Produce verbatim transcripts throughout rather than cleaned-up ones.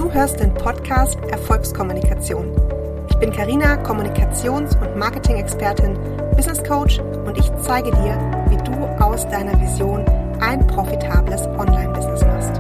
Du hörst den Podcast Erfolgskommunikation. Ich bin Carina, Kommunikations- und Marketing-Expertin, Business Coach und ich zeige dir, wie du aus deiner Vision ein profitables Online-Business machst.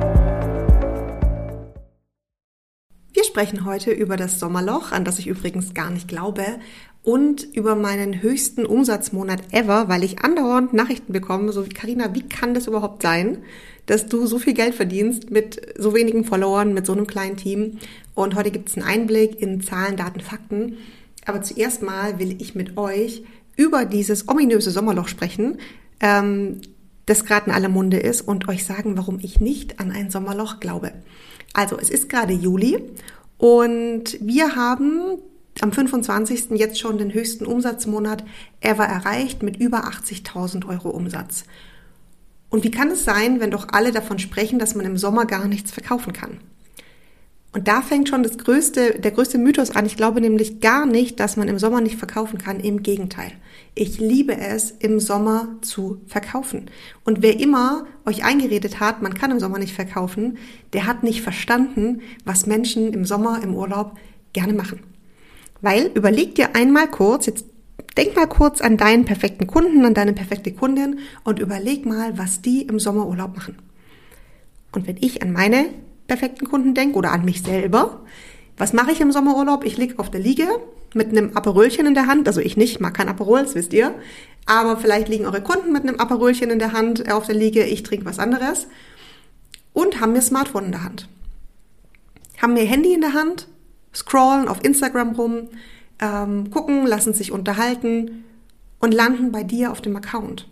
Wir sprechen heute über das Sommerloch, an das ich übrigens gar nicht glaube, und über meinen höchsten Umsatzmonat ever, weil ich andauernd Nachrichten bekomme, so wie Carina, wie kann das überhaupt sein, dass du so viel Geld verdienst mit so wenigen Followern, mit so einem kleinen Team. Und heute gibt es einen Einblick in Zahlen, Daten, Fakten. Aber zuerst mal will ich mit euch über dieses ominöse Sommerloch sprechen, ähm, das gerade in aller Munde ist, und euch sagen, warum ich nicht an ein Sommerloch glaube. Also es ist gerade Juli und wir haben am fünfundzwanzigsten jetzt schon den höchsten Umsatzmonat ever erreicht mit über achtzigtausend Euro Umsatz. Und wie kann es sein, wenn doch alle davon sprechen, dass man im Sommer gar nichts verkaufen kann? Und da fängt schon das größte, der größte Mythos an. Ich glaube nämlich gar nicht, dass man im Sommer nicht verkaufen kann. Im Gegenteil. Ich liebe es, im Sommer zu verkaufen. Und wer immer euch eingeredet hat, man kann im Sommer nicht verkaufen, der hat nicht verstanden, was Menschen im Sommer, im Urlaub gerne machen. Weil, überleg dir einmal kurz, jetzt denk mal kurz an deinen perfekten Kunden, an deine perfekte Kundin und überleg mal, was die im Sommerurlaub machen. Und wenn ich an meine perfekten Kunden denke oder an mich selber, was mache ich im Sommerurlaub? Ich liege auf der Liege mit einem Aperolchen in der Hand, also ich nicht, ich mag kein Aperol, das wisst ihr, aber vielleicht liegen eure Kunden mit einem Aperolchen in der Hand auf der Liege, ich trinke was anderes und haben mir Smartphone in der Hand. Haben mir Handy in der Hand, scrollen auf Instagram rum, ähm, gucken, lassen sich unterhalten und landen bei dir auf dem Account.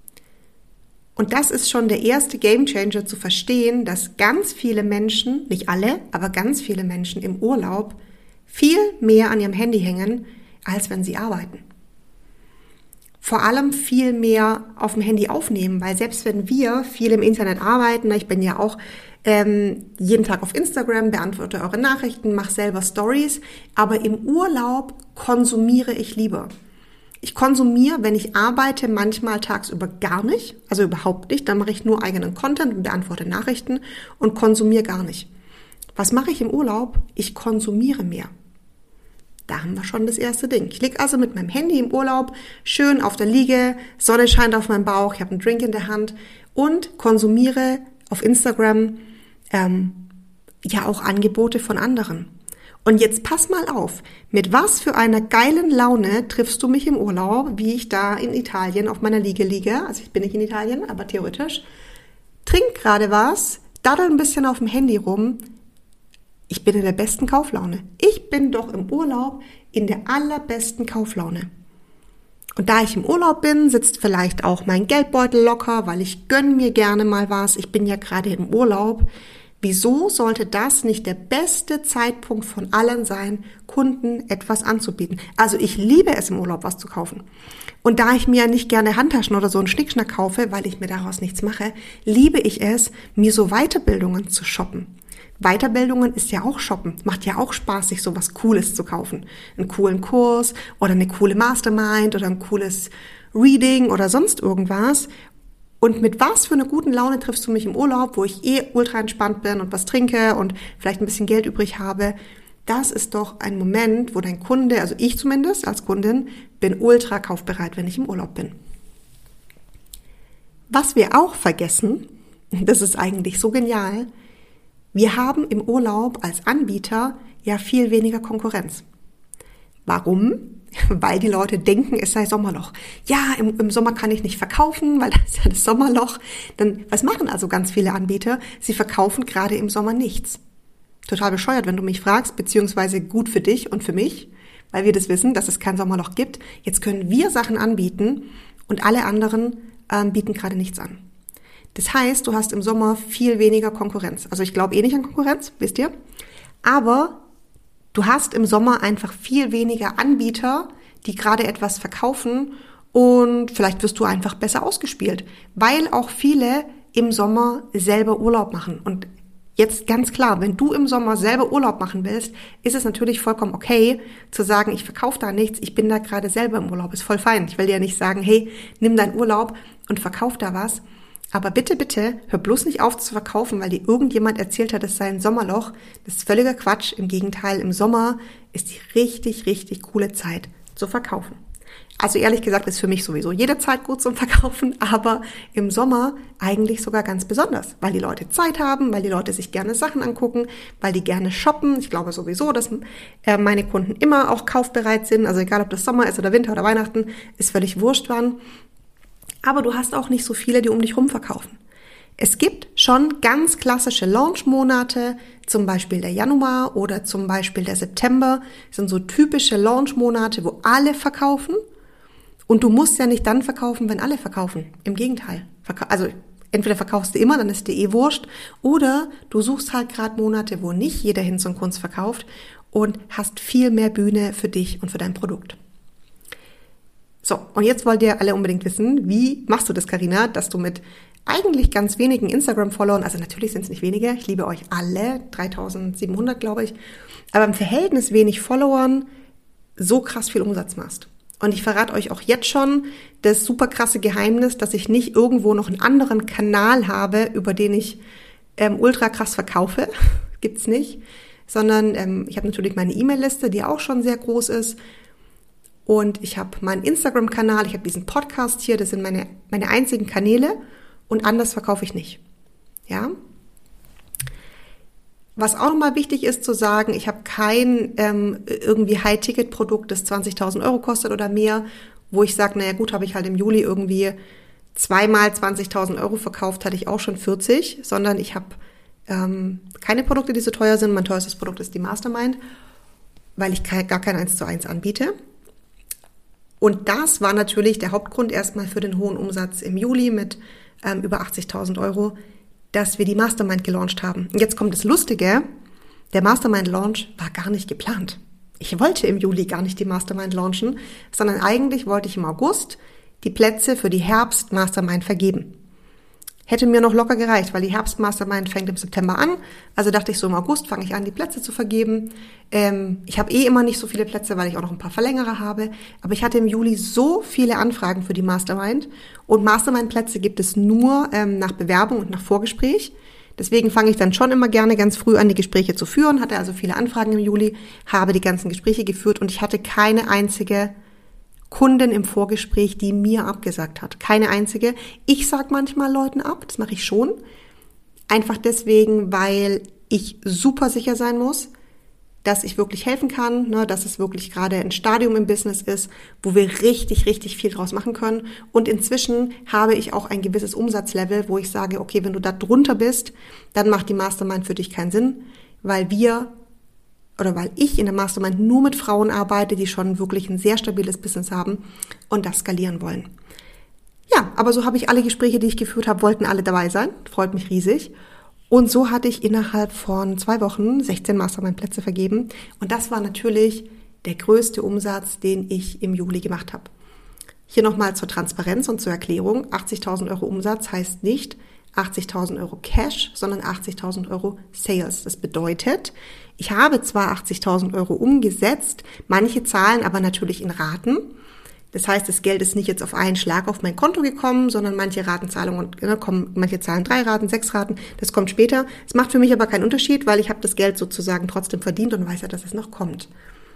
Und das ist schon der erste Gamechanger, zu verstehen, dass ganz viele Menschen, nicht alle, aber ganz viele Menschen im Urlaub viel mehr an ihrem Handy hängen, als wenn sie arbeiten. Vor allem viel mehr auf dem Handy aufnehmen, weil selbst wenn wir viel im Internet arbeiten, ich bin ja auch ähm, jeden Tag auf Instagram, beantworte eure Nachrichten, mache selber Stories, aber im Urlaub konsumiere ich lieber. Ich konsumiere, wenn ich arbeite, manchmal tagsüber gar nicht, also überhaupt nicht. Dann mache ich nur eigenen Content und beantworte Nachrichten und konsumiere gar nicht. Was mache ich im Urlaub? Ich konsumiere mehr. Da haben wir schon das erste Ding. Ich liege also mit meinem Handy im Urlaub, schön auf der Liege, Sonne scheint auf meinen Bauch, ich habe einen Drink in der Hand und konsumiere auf Instagram ähm, ja auch Angebote von anderen. Und jetzt pass mal auf, mit was für einer geilen Laune triffst du mich im Urlaub, wie ich da in Italien auf meiner Liege liege. Also ich bin nicht in Italien, aber theoretisch. Trink gerade was, daddel ein bisschen auf dem Handy rum. Ich bin in der besten Kauflaune. Ich bin doch im Urlaub in der allerbesten Kauflaune. Und da ich im Urlaub bin, sitzt vielleicht auch mein Geldbeutel locker, weil ich gönne mir gerne mal was. Ich bin ja gerade im Urlaub. Wieso sollte das nicht der beste Zeitpunkt von allen sein, Kunden etwas anzubieten? Also ich liebe es, im Urlaub was zu kaufen. Und da ich mir nicht gerne Handtaschen oder so einen Schnickschnack kaufe, weil ich mir daraus nichts mache, liebe ich es, mir so Weiterbildungen zu shoppen. Weiterbildungen ist ja auch shoppen. Macht ja auch Spaß, sich so was Cooles zu kaufen. Einen coolen Kurs oder eine coole Mastermind oder ein cooles Reading oder sonst irgendwas. Und mit was für einer guten Laune triffst du mich im Urlaub, wo ich eh ultra entspannt bin und was trinke und vielleicht ein bisschen Geld übrig habe? Das ist doch ein Moment, wo dein Kunde, also ich zumindest als Kundin, bin ultra kaufbereit, wenn ich im Urlaub bin. Was wir auch vergessen, das ist eigentlich so genial, wir haben im Urlaub als Anbieter ja viel weniger Konkurrenz. Warum? Weil die Leute denken, es sei Sommerloch. Ja, im, im Sommer kann ich nicht verkaufen, weil das ist ja das Sommerloch. Dann, was machen also ganz viele Anbieter? Sie verkaufen gerade im Sommer nichts. Total bescheuert, wenn du mich fragst, beziehungsweise gut für dich und für mich, weil wir das wissen, dass es kein Sommerloch gibt. Jetzt können wir Sachen anbieten und alle anderen ähm, bieten gerade nichts an. Das heißt, du hast im Sommer viel weniger Konkurrenz. Also ich glaube eh nicht an Konkurrenz, wisst ihr. Aber du hast im Sommer einfach viel weniger Anbieter, die gerade etwas verkaufen und vielleicht wirst du einfach besser ausgespielt, weil auch viele im Sommer selber Urlaub machen. Und jetzt ganz klar, wenn du im Sommer selber Urlaub machen willst, ist es natürlich vollkommen okay zu sagen, ich verkaufe da nichts, ich bin da gerade selber im Urlaub, ist voll fein. Ich will dir ja nicht sagen, hey, nimm deinen Urlaub und verkauf da was. Aber bitte, bitte, hör bloß nicht auf zu verkaufen, weil dir irgendjemand erzählt hat, es sei ein Sommerloch. Das ist völliger Quatsch. Im Gegenteil, im Sommer ist die richtig, richtig coole Zeit zu verkaufen. Also ehrlich gesagt ist für mich sowieso jede Zeit gut zum Verkaufen, aber im Sommer eigentlich sogar ganz besonders, weil die Leute Zeit haben, weil die Leute sich gerne Sachen angucken, weil die gerne shoppen. Ich glaube sowieso, dass meine Kunden immer auch kaufbereit sind, also egal ob das Sommer ist oder Winter oder Weihnachten, ist völlig wurscht wann. Aber du hast auch nicht so viele, die um dich rum verkaufen. Es gibt schon ganz klassische Launch-Monate, zum Beispiel der Januar oder zum Beispiel der September, das sind so typische Launch-Monate, wo alle verkaufen. Und du musst ja nicht dann verkaufen, wenn alle verkaufen. Im Gegenteil. Also entweder verkaufst du immer, dann ist dir eh wurscht. Oder du suchst halt gerade Monate, wo nicht jeder Hinz und Kunst verkauft und hast viel mehr Bühne für dich und für dein Produkt. So, und jetzt wollt ihr alle unbedingt wissen, wie machst du das, Carina, dass du mit eigentlich ganz wenigen Instagram-Followern, also natürlich sind es nicht wenige, ich liebe euch alle, dreitausendsiebenhundert glaube ich, aber im Verhältnis wenig Followern so krass viel Umsatz machst. Und ich verrate euch auch jetzt schon das super krasse Geheimnis, dass ich nicht irgendwo noch einen anderen Kanal habe, über den ich ähm, ultra krass verkaufe. Gibt's nicht. Sondern ähm, ich habe natürlich meine E-Mail-Liste, die auch schon sehr groß ist. Und ich habe meinen Instagram-Kanal, ich habe diesen Podcast hier, das sind meine, meine einzigen Kanäle. Und anders verkaufe ich nicht. Ja. Was auch nochmal wichtig ist zu sagen, ich habe kein ähm, irgendwie High-Ticket-Produkt, das zwanzigtausend Euro kostet oder mehr, wo ich sage, naja gut, habe ich halt im Juli irgendwie zweimal zwanzigtausend Euro verkauft, hatte ich auch schon vierzig, sondern ich habe ähm, keine Produkte, die so teuer sind. Mein teuerstes Produkt ist die Mastermind, weil ich gar kein eins zu eins anbiete. Und das war natürlich der Hauptgrund erstmal für den hohen Umsatz im Juli mit ähm, über achtzigtausend Euro, dass wir die Mastermind gelauncht haben. Und jetzt kommt das Lustige, der Mastermind-Launch war gar nicht geplant. Ich wollte im Juli gar nicht die Mastermind launchen, sondern eigentlich wollte ich im August die Plätze für die Herbst-Mastermind vergeben. Hätte mir noch locker gereicht, weil die Herbst-Mastermind fängt im September an. Also dachte ich so, im August fange ich an, die Plätze zu vergeben. Ähm, ich habe eh immer nicht so viele Plätze, weil ich auch noch ein paar Verlängerer habe. Aber ich hatte im Juli so viele Anfragen für die Mastermind. Und Mastermind-Plätze gibt es nur ähm, nach Bewerbung und nach Vorgespräch. Deswegen fange ich dann schon immer gerne ganz früh an, die Gespräche zu führen. Hatte also viele Anfragen im Juli, habe die ganzen Gespräche geführt und ich hatte keine einzige Kunden im Vorgespräch, die mir abgesagt hat. Keine einzige. Ich sage manchmal Leuten ab, das mache ich schon. Einfach deswegen, weil ich super sicher sein muss, dass ich wirklich helfen kann, ne, dass es wirklich gerade ein Stadium im Business ist, wo wir richtig, richtig viel draus machen können. Und inzwischen habe ich auch ein gewisses Umsatzlevel, wo ich sage, okay, wenn du da drunter bist, dann macht die Mastermind für dich keinen Sinn, weil wir oder weil ich in der Mastermind nur mit Frauen arbeite, die schon wirklich ein sehr stabiles Business haben und das skalieren wollen. Ja, aber so habe ich alle Gespräche, die ich geführt habe, wollten alle dabei sein. Freut mich riesig. Und so hatte ich innerhalb von zwei Wochen sechzehn Mastermind-Plätze vergeben. Und das war natürlich der größte Umsatz, den ich im Juli gemacht habe. Hier nochmal zur Transparenz und zur Erklärung. achtzigtausend Euro Umsatz heißt nicht achtzigtausend Euro Cash, sondern achtzigtausend Euro Sales. Das bedeutet, ich habe zwar achtzigtausend Euro umgesetzt, manche zahlen aber natürlich in Raten. Das heißt, das Geld ist nicht jetzt auf einen Schlag auf mein Konto gekommen, sondern manche Ratenzahlungen ne, kommen, manche zahlen drei Raten, sechs Raten, das kommt später. Es macht für mich aber keinen Unterschied, weil ich habe das Geld sozusagen trotzdem verdient und weiß ja, dass es noch kommt.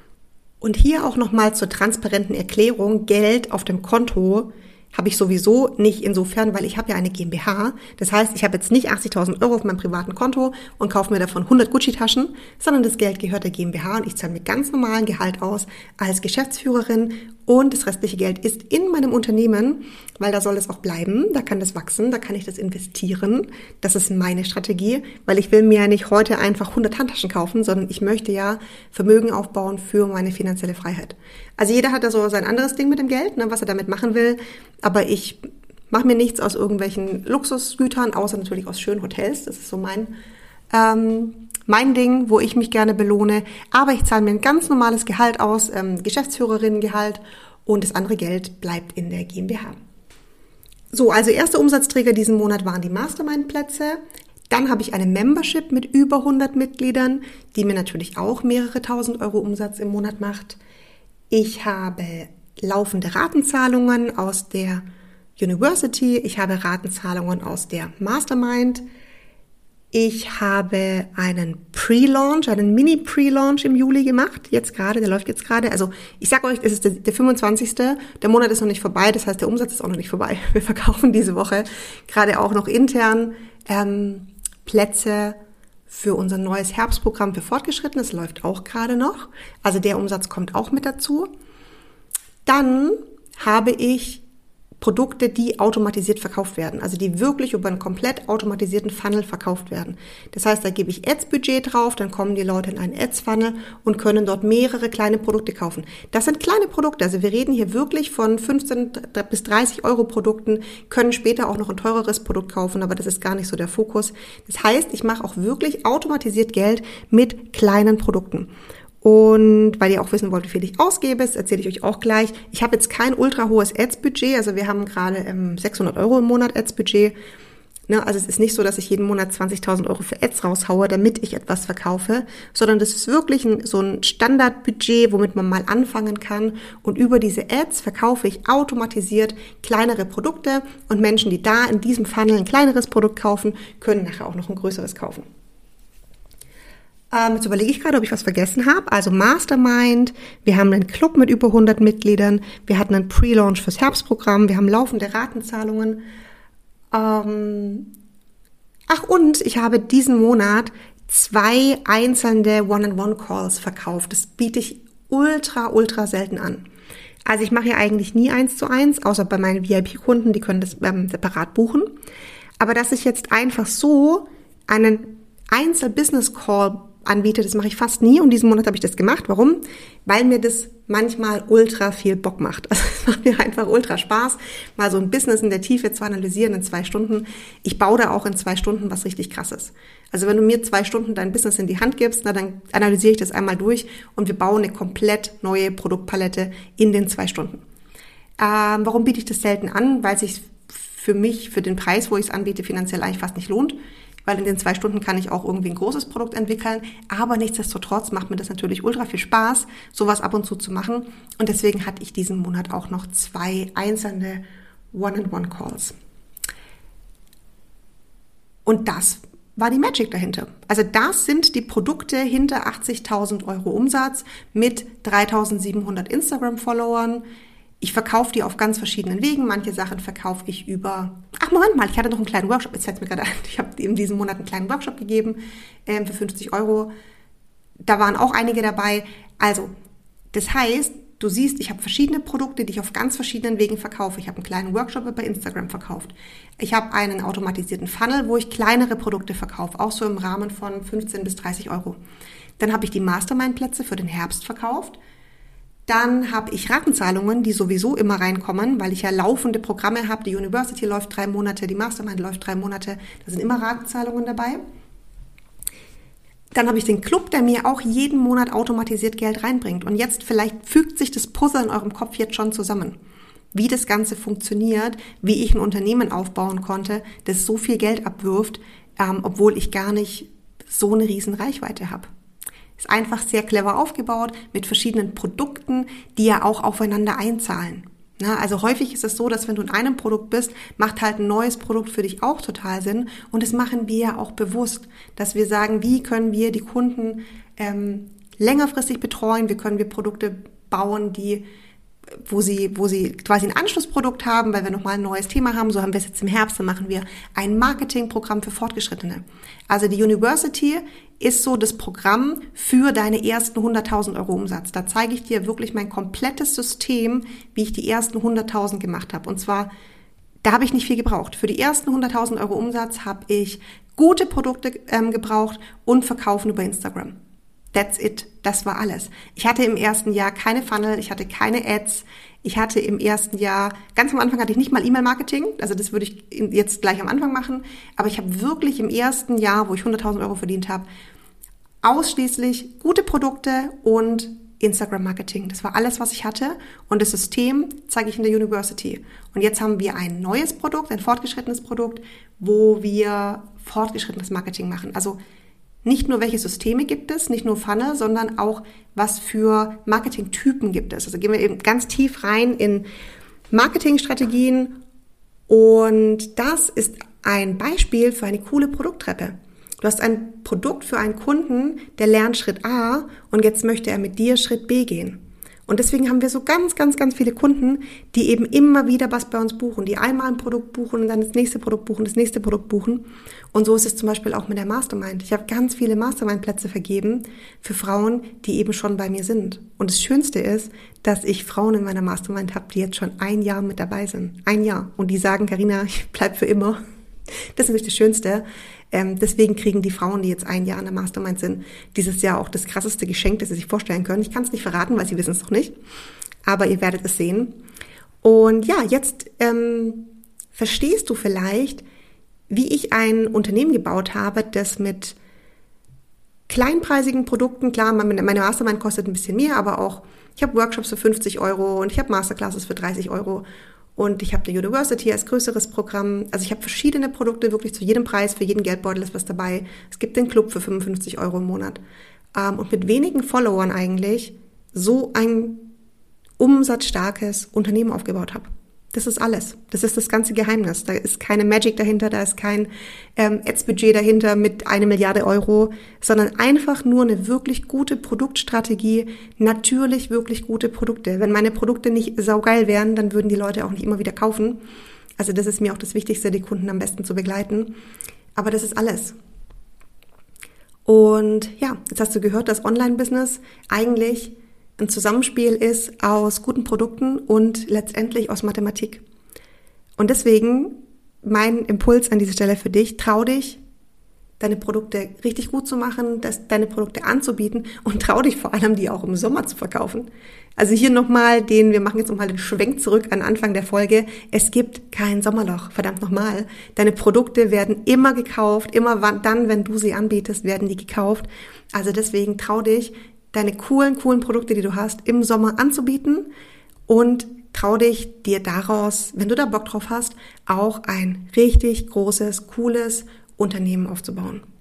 Und hier auch nochmal zur transparenten Erklärung, Geld auf dem Konto habe ich sowieso nicht insofern, weil ich habe ja eine GmbH. Das heißt, ich habe jetzt nicht achtzigtausend Euro auf meinem privaten Konto und kaufe mir davon hundert Gucci-Taschen, sondern das Geld gehört der GmbH und ich zahle mir ganz normalen Gehalt aus als Geschäftsführerin und das restliche Geld ist in meinem Unternehmen, weil da soll es auch bleiben, da kann das wachsen, da kann ich das investieren. Das ist meine Strategie, weil ich will mir ja nicht heute einfach hundert Handtaschen kaufen, sondern ich möchte ja Vermögen aufbauen für meine finanzielle Freiheit. Also jeder hat da so sein anderes Ding mit dem Geld, ne, was er damit machen will. Aber ich mache mir nichts aus irgendwelchen Luxusgütern, außer natürlich aus schönen Hotels. Das ist so mein, ähm, mein Ding, wo ich mich gerne belohne. Aber ich zahle mir ein ganz normales Gehalt aus, ähm, Geschäftsführerinnengehalt und das andere Geld bleibt in der GmbH. So, also erster Umsatzträger diesen Monat waren die Mastermind-Plätze. Dann habe ich eine Membership mit über hundert Mitgliedern, die mir natürlich auch mehrere tausend Euro Umsatz im Monat macht. Ich habe laufende Ratenzahlungen aus der University, ich habe Ratenzahlungen aus der Mastermind, ich habe einen Pre-Launch, einen Mini-Pre-Launch im Juli gemacht, jetzt gerade, der läuft jetzt gerade. Also ich sage euch, es ist der, der fünfundzwanzigste Der Monat ist noch nicht vorbei, das heißt, der Umsatz ist auch noch nicht vorbei. Wir verkaufen diese Woche gerade auch noch intern ähm, Plätze für unser neues Herbstprogramm für Fortgeschrittene. Das läuft auch gerade noch. Also der Umsatz kommt auch mit dazu. Dann habe ich Produkte, die automatisiert verkauft werden, also die wirklich über einen komplett automatisierten Funnel verkauft werden. Das heißt, da gebe ich Ads-Budget drauf, dann kommen die Leute in einen Ads-Funnel und können dort mehrere kleine Produkte kaufen. Das sind kleine Produkte, also wir reden hier wirklich von fünfzehn bis dreißig Euro Produkten, können später auch noch ein teureres Produkt kaufen, aber das ist gar nicht so der Fokus. Das heißt, ich mache auch wirklich automatisiert Geld mit kleinen Produkten. Und weil ihr auch wissen wollt, wie viel ich ausgebe, das erzähle ich euch auch gleich. Ich habe jetzt kein ultra hohes Ads-Budget, also wir haben gerade ähm, sechshundert Euro im Monat Ads-Budget. Ne, also es ist nicht so, dass ich jeden Monat zwanzigtausend Euro für Ads raushaue, damit ich etwas verkaufe, sondern das ist wirklich ein, so ein Standardbudget, womit man mal anfangen kann. Und über diese Ads verkaufe ich automatisiert kleinere Produkte und Menschen, die da in diesem Funnel ein kleineres Produkt kaufen, können nachher auch noch ein größeres kaufen. Ähm, jetzt überlege ich gerade, ob ich was vergessen habe. Also Mastermind, wir haben einen Club mit über hundert Mitgliedern, wir hatten einen Pre-Launch fürs Herbstprogramm, wir haben laufende Ratenzahlungen. Ähm, ach und ich habe diesen Monat zwei einzelne One-on-One-Calls verkauft. Das biete ich ultra, ultra selten an. Also ich mache ja eigentlich nie eins zu eins, außer bei meinen V I P-Kunden, die können das ähm, separat buchen. Aber dass ich jetzt einfach so einen Einzel-Business-Call anbiete, das mache ich fast nie und diesen Monat habe ich das gemacht. Warum? Weil mir das manchmal ultra viel Bock macht. Also es macht mir einfach ultra Spaß, mal so ein Business in der Tiefe zu analysieren in zwei Stunden. Ich baue da auch in zwei Stunden was richtig Krasses. Also wenn du mir zwei Stunden dein Business in die Hand gibst, na, dann analysiere ich das einmal durch und wir bauen eine komplett neue Produktpalette in den zwei Stunden. Ähm, warum biete ich das selten an? Weil es sich für mich, für den Preis, wo ich es anbiete, finanziell eigentlich fast nicht lohnt. Weil in den zwei Stunden kann ich auch irgendwie ein großes Produkt entwickeln. Aber nichtsdestotrotz macht mir das natürlich ultra viel Spaß, sowas ab und zu zu machen. Und deswegen hatte ich diesen Monat auch noch zwei einzelne One-on-One-Calls. Und das war die Magic dahinter. Also das sind die Produkte hinter achtzigtausend Euro Umsatz mit dreitausendsiebenhundert Instagram-Followern. Ich verkaufe die auf ganz verschiedenen Wegen. Manche Sachen verkaufe ich über... Ach, Moment mal, ich hatte noch einen kleinen Workshop. Jetzt fällt mir gerade ein. Ich habe in diesem Monat einen kleinen Workshop gegeben ähm, für fünfzig Euro. Da waren auch einige dabei. Also, das heißt, du siehst, ich habe verschiedene Produkte, die ich auf ganz verschiedenen Wegen verkaufe. Ich habe einen kleinen Workshop bei Instagram verkauft. Ich habe einen automatisierten Funnel, wo ich kleinere Produkte verkaufe, auch so im Rahmen von fünfzehn bis dreißig Euro. Dann habe ich die Mastermind-Plätze für den Herbst verkauft. Dann habe ich Ratenzahlungen, die sowieso immer reinkommen, weil ich ja laufende Programme habe. Die University läuft drei Monate, die Mastermind läuft drei Monate. Da sind immer Ratenzahlungen dabei. Dann habe ich den Club, der mir auch jeden Monat automatisiert Geld reinbringt. Und jetzt vielleicht fügt sich das Puzzle in eurem Kopf jetzt schon zusammen. Wie das Ganze funktioniert, wie ich ein Unternehmen aufbauen konnte, das so viel Geld abwirft, ähm, obwohl ich gar nicht so eine riesen Reichweite habe. Ist einfach sehr clever aufgebaut mit verschiedenen Produkten, die ja auch aufeinander einzahlen. Na, also häufig ist es so, dass wenn du in einem Produkt bist, macht halt ein neues Produkt für dich auch total Sinn. Und das machen wir ja auch bewusst, dass wir sagen, wie können wir die Kunden ähm, längerfristig betreuen, wie können wir Produkte bauen, die wo sie, wo sie quasi ein Anschlussprodukt haben, weil wir nochmal ein neues Thema haben. So haben wir es jetzt im Herbst, dann machen wir ein Marketingprogramm für Fortgeschrittene. Also die University ist so das Programm für deine ersten hunderttausend Euro Umsatz. Da zeige ich dir wirklich mein komplettes System, wie ich die ersten hunderttausend gemacht habe. Und zwar, da habe ich nicht viel gebraucht. Für die ersten hunderttausend Euro Umsatz habe ich gute Produkte ähm, gebraucht und verkaufen über Instagram. That's it. Das war alles. Ich hatte im ersten Jahr keine Funnel, ich hatte keine Ads, ich hatte im ersten Jahr, ganz am Anfang hatte ich nicht mal E-Mail-Marketing, also das würde ich jetzt gleich am Anfang machen, aber ich habe wirklich im ersten Jahr, wo ich hunderttausend Euro verdient habe, ausschließlich gute Produkte und Instagram-Marketing. Das war alles, was ich hatte und das System zeige ich in der University. Und jetzt haben wir ein neues Produkt, ein fortgeschrittenes Produkt, wo wir fortgeschrittenes Marketing machen. Also nicht nur, welche Systeme gibt es, nicht nur Funnel, sondern auch, was für Marketingtypen gibt es. Also gehen wir eben ganz tief rein in Marketingstrategien Und das ist ein Beispiel für eine coole Produkttreppe. Du hast ein Produkt für einen Kunden, der lernt Schritt A und jetzt möchte er mit dir Schritt B gehen. Und deswegen haben wir so ganz, ganz, ganz viele Kunden, die eben immer wieder was bei uns buchen, die einmal ein Produkt buchen und dann das nächste Produkt buchen, das nächste Produkt buchen. Und so ist es zum Beispiel auch mit der Mastermind. Ich habe ganz viele Mastermind-Plätze vergeben für Frauen, die eben schon bei mir sind. Und das Schönste ist, dass ich Frauen in meiner Mastermind habe, die jetzt schon ein Jahr mit dabei sind. Ein Jahr. Und die sagen, Carina, ich bleib für immer. Das ist natürlich das Schönste. Ähm, deswegen kriegen die Frauen, die jetzt ein Jahr in der Mastermind sind, dieses Jahr auch das krasseste Geschenk, das sie sich vorstellen können. Ich kann es nicht verraten, weil sie wissen es noch nicht. Aber ihr werdet es sehen. Und ja, jetzt ähm, verstehst du vielleicht, wie ich ein Unternehmen gebaut habe, das mit kleinpreisigen Produkten, klar, meine Mastermind kostet ein bisschen mehr, aber auch, ich habe Workshops für fünfzig Euro und ich habe Masterclasses für dreißig Euro. Und ich habe die University als größeres Programm. Also ich habe verschiedene Produkte, wirklich zu jedem Preis, für jeden Geldbeutel ist was dabei. Es gibt den Club für fünfundfünfzig Euro im Monat. Und mit wenigen Followern eigentlich so ein umsatzstarkes Unternehmen aufgebaut habe. Das ist alles. Das ist das ganze Geheimnis. Da ist keine Magic dahinter, da ist kein ähm, Ads-Budget dahinter mit eine Milliarde Euro, sondern einfach nur eine wirklich gute Produktstrategie, natürlich wirklich gute Produkte. Wenn meine Produkte nicht saugeil wären, dann würden die Leute auch nicht immer wieder kaufen. Also das ist mir auch das Wichtigste, die Kunden am besten zu begleiten. Aber das ist alles. Und ja, jetzt hast du gehört, dass Online-Business eigentlich ein Zusammenspiel ist aus guten Produkten und letztendlich aus Mathematik. Und deswegen mein Impuls an dieser Stelle für dich: Trau dich, deine Produkte richtig gut zu machen, das, deine Produkte anzubieten und trau dich vor allem, die auch im Sommer zu verkaufen. Also hier nochmal den, wir machen jetzt nochmal den Schwenk zurück an Anfang der Folge. Es gibt kein Sommerloch, verdammt nochmal. Deine Produkte werden immer gekauft, immer dann, wenn du sie anbietest, werden die gekauft. Also deswegen trau dich, deine coolen, coolen Produkte, die du hast, im Sommer anzubieten und trau dich, dir daraus, wenn du da Bock drauf hast, auch ein richtig großes, cooles Unternehmen aufzubauen.